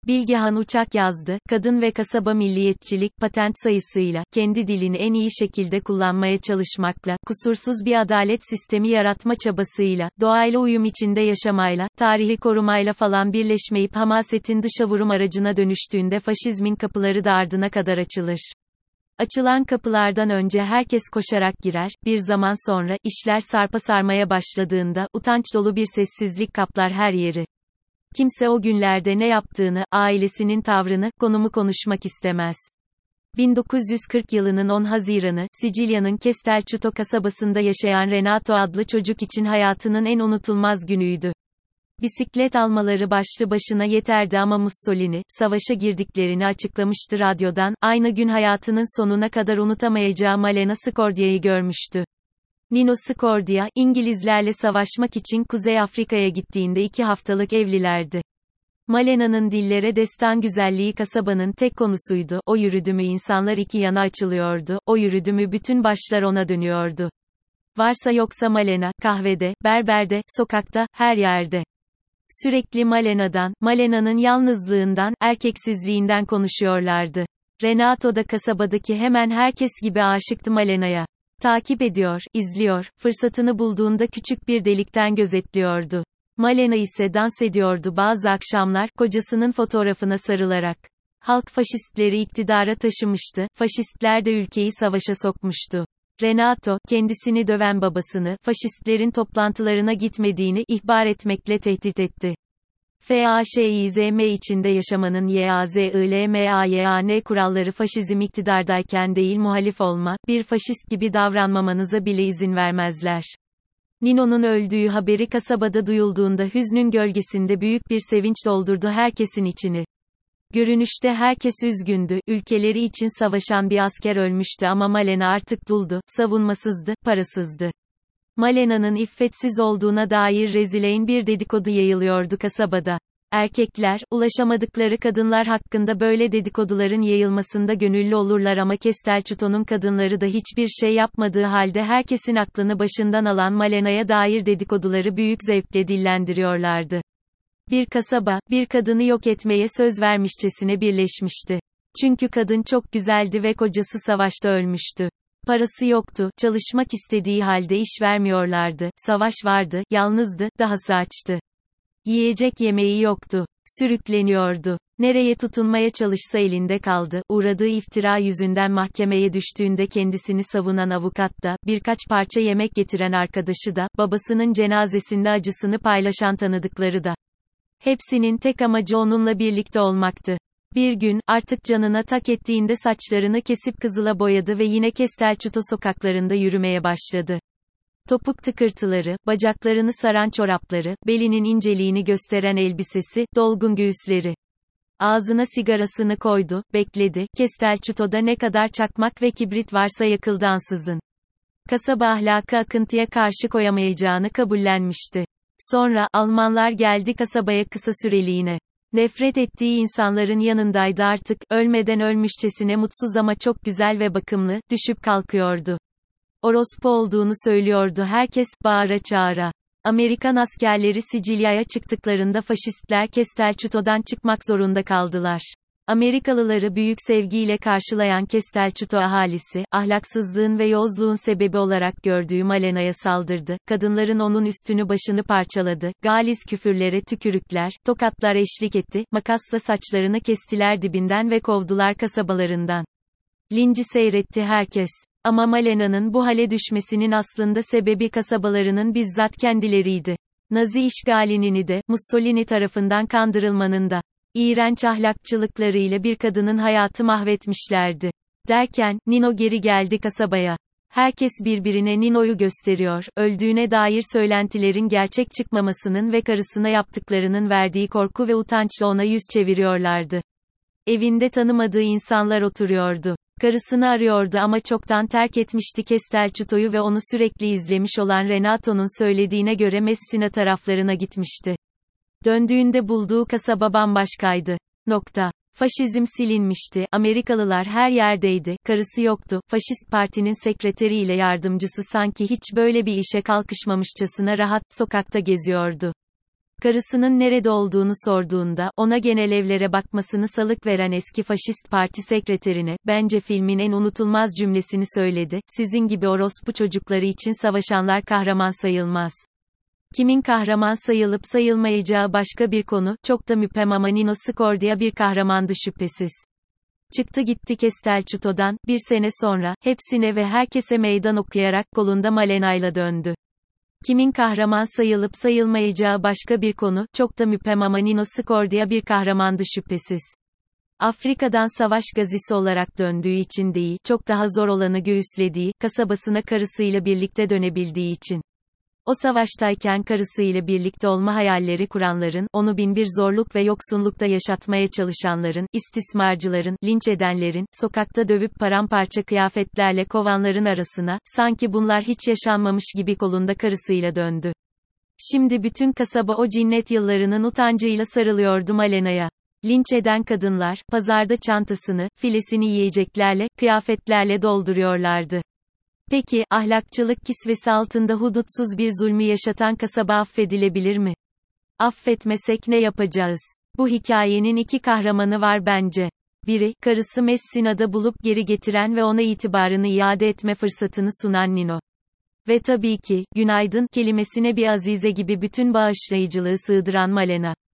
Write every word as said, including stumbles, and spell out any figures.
Bilgehan Uçak yazdı, kadın ve kasaba milliyetçilik, patent sayısıyla, kendi dilini en iyi şekilde kullanmaya çalışmakla, kusursuz bir adalet sistemi yaratma çabasıyla, doğayla uyum içinde yaşamayla, tarihi korumayla falan birleşmeyip hamasetin dışa vurum aracına dönüştüğünde faşizmin kapıları da ardına kadar açılır. Açılan kapılardan önce herkes koşarak girer, bir zaman sonra, işler sarpa sarmaya başladığında, utanç dolu bir sessizlik kaplar her yeri. Kimse o günlerde ne yaptığını, ailesinin tavrını, konumu konuşmak istemez. bin dokuz yüz kırk yılının on Haziranı, Sicilya'nın Castelcito kasabasında yaşayan Renato adlı çocuk için hayatının en unutulmaz günüydü. Bisiklet almaları başlı başına yeterdi ama Mussolini, savaşa girdiklerini açıklamıştı radyodan, aynı gün hayatının sonuna kadar unutamayacağı Malena Scordia'yı görmüştü. Nino Scordia, İngilizlerle savaşmak için Kuzey Afrika'ya gittiğinde iki haftalık evlilerdi. Malena'nın dillere destan güzelliği kasabanın tek konusuydu, o yürüdü mü insanlar iki yana açılıyordu, o yürüdü mü bütün başlar ona dönüyordu. Varsa yoksa Malena, kahvede, berberde, sokakta, her yerde. Sürekli Malena'dan, Malena'nın yalnızlığından, erkeksizliğinden konuşuyorlardı. Renato da kasabadaki hemen herkes gibi aşıktı Malena'ya. Takip ediyor, izliyor, fırsatını bulduğunda küçük bir delikten gözetliyordu. Malena ise dans ediyordu bazı akşamlar, kocasının fotoğrafına sarılarak. Halk faşistleri iktidara taşımıştı, faşistler de ülkeyi savaşa sokmuştu. Renato, kendisini döven babasını, faşistlerin toplantılarına gitmediğini ihbar etmekle tehdit etti. Faşizm içinde yaşamanın yazılmayan kuralları faşizm iktidardayken değil muhalif olma, bir faşist gibi davranmamanıza bile izin vermezler. Nino'nun öldüğü haberi kasabada duyulduğunda hüznün gölgesinde büyük bir sevinç doldurdu herkesin içini. Görünüşte herkes üzgündü, ülkeleri için savaşan bir asker ölmüştü ama Malena artık duldu, savunmasızdı, parasızdı. Malena'nın iffetsiz olduğuna dair rezileyn bir dedikodu yayılıyordu kasabada. Erkekler, ulaşamadıkları kadınlar hakkında böyle dedikoduların yayılmasında gönüllü olurlar ama Castelcito'nun kadınları da hiçbir şey yapmadığı halde herkesin aklını başından alan Malena'ya dair dedikoduları büyük zevkle dillendiriyorlardı. Bir kasaba, bir kadını yok etmeye söz vermişçesine birleşmişti. Çünkü kadın çok güzeldi ve kocası savaşta ölmüştü. Parası yoktu, çalışmak istediği halde iş vermiyorlardı, savaş vardı, yalnızdı, dahası açtı. Yiyecek yemeği yoktu. Sürükleniyordu. Nereye tutunmaya çalışsa elinde kaldı. Uğradığı iftira yüzünden mahkemeye düştüğünde kendisini savunan avukat da, birkaç parça yemek getiren arkadaşı da, babasının cenazesinde acısını paylaşan tanıdıkları da. Hepsinin tek amacı onunla birlikte olmaktı. Bir gün, artık canına tak ettiğinde saçlarını kesip kızıla boyadı ve yine Castelcito sokaklarında yürümeye başladı. Topuk tıkırtıları, bacaklarını saran çorapları, belinin inceliğini gösteren elbisesi, dolgun göğüsleri. Ağzına sigarasını koydu, bekledi, Castelcito'da ne kadar çakmak ve kibrit varsa yakıldı ansızın. Kasaba ahlakı akıntıya karşı koyamayacağını kabullenmişti. Sonra, Almanlar geldi kasabaya kısa süreliğine. Nefret ettiği insanların yanındaydı artık, ölmeden ölmüşçesine mutsuz ama çok güzel ve bakımlı, düşüp kalkıyordu. Orospu olduğunu söylüyordu herkes, bağıra çağıra. Amerikan askerleri Sicilya'ya çıktıklarında faşistler Castelcito'dan çıkmak zorunda kaldılar. Amerikalıları büyük sevgiyle karşılayan Castelcito ahalisi, ahlaksızlığın ve yozluğun sebebi olarak gördüğü Malena'ya saldırdı, kadınların onun üstünü başını parçaladı, galiz küfürlere tükürükler, tokatlar eşlik etti, makasla saçlarını kestiler dibinden ve kovdular kasabalarından. Linci seyretti herkes. Ama Malena'nın bu hale düşmesinin aslında sebebi kasabalarının bizzat kendileriydi. Nazi işgalinin de, Mussolini tarafından kandırılmanın da. İğrenç ahlakçılıklarıyla bir kadının hayatı mahvetmişlerdi. Derken, Nino geri geldi kasabaya. Herkes birbirine Nino'yu gösteriyor, öldüğüne dair söylentilerin gerçek çıkmamasının ve karısına yaptıklarının verdiği korku ve utançla ona yüz çeviriyorlardı. Evinde tanımadığı insanlar oturuyordu. Karısını arıyordu ama çoktan terk etmişti Castelcito'yu ve onu sürekli izlemiş olan Renato'nun söylediğine göre Messina taraflarına gitmişti. Döndüğünde bulduğu kasaba bambaşkaydı. Nokta. Faşizm silinmişti, Amerikalılar her yerdeydi, karısı yoktu, faşist partinin sekreteriyle yardımcısı sanki hiç böyle bir işe kalkışmamışçasına rahat, sokakta geziyordu. Karısının nerede olduğunu sorduğunda, ona genel evlere bakmasını salık veren eski faşist parti sekreterine, bence filmin en unutulmaz cümlesini söyledi: "Sizin gibi orospu çocukları için savaşanlar kahraman sayılmaz." Kimin kahraman sayılıp sayılmayacağı başka bir konu, çok da müphem ama Nino Scordia bir kahramandı şüphesiz. Çıktı gitti Castelciuto'dan, bir sene sonra, hepsine ve herkese meydan okuyarak, kolunda Malena'yla döndü. Kimin kahraman sayılıp sayılmayacağı başka bir konu, çok da müphem ama Nino Scordia bir kahramandı şüphesiz. Afrika'dan savaş gazisi olarak döndüğü için değil, çok daha zor olanı göğüslediği, kasabasına karısıyla birlikte dönebildiği için. O savaştayken karısıyla birlikte olma hayalleri kuranların, onu binbir zorluk ve yoksunlukta yaşatmaya çalışanların, istismarcıların, linç edenlerin, sokakta dövüp paramparça kıyafetlerle kovanların arasına, sanki bunlar hiç yaşanmamış gibi kolunda karısıyla döndü. Şimdi bütün kasaba o cinnet yıllarının utancıyla sarılıyordu Malena'ya. Linç eden kadınlar, pazarda çantasını, filesini yiyeceklerle, kıyafetlerle dolduruyorlardı. Peki, ahlakçılık kisvesi altında hudutsuz bir zulmü yaşatan kasaba affedilebilir mi? Affetmesek ne yapacağız? Bu hikayenin iki kahramanı var bence. Biri, karısı Messina'da bulup geri getiren ve ona itibarını iade etme fırsatını sunan Nino. Ve tabii ki, günaydın kelimesine bir azize gibi bütün bağışlayıcılığı sığdıran Malena.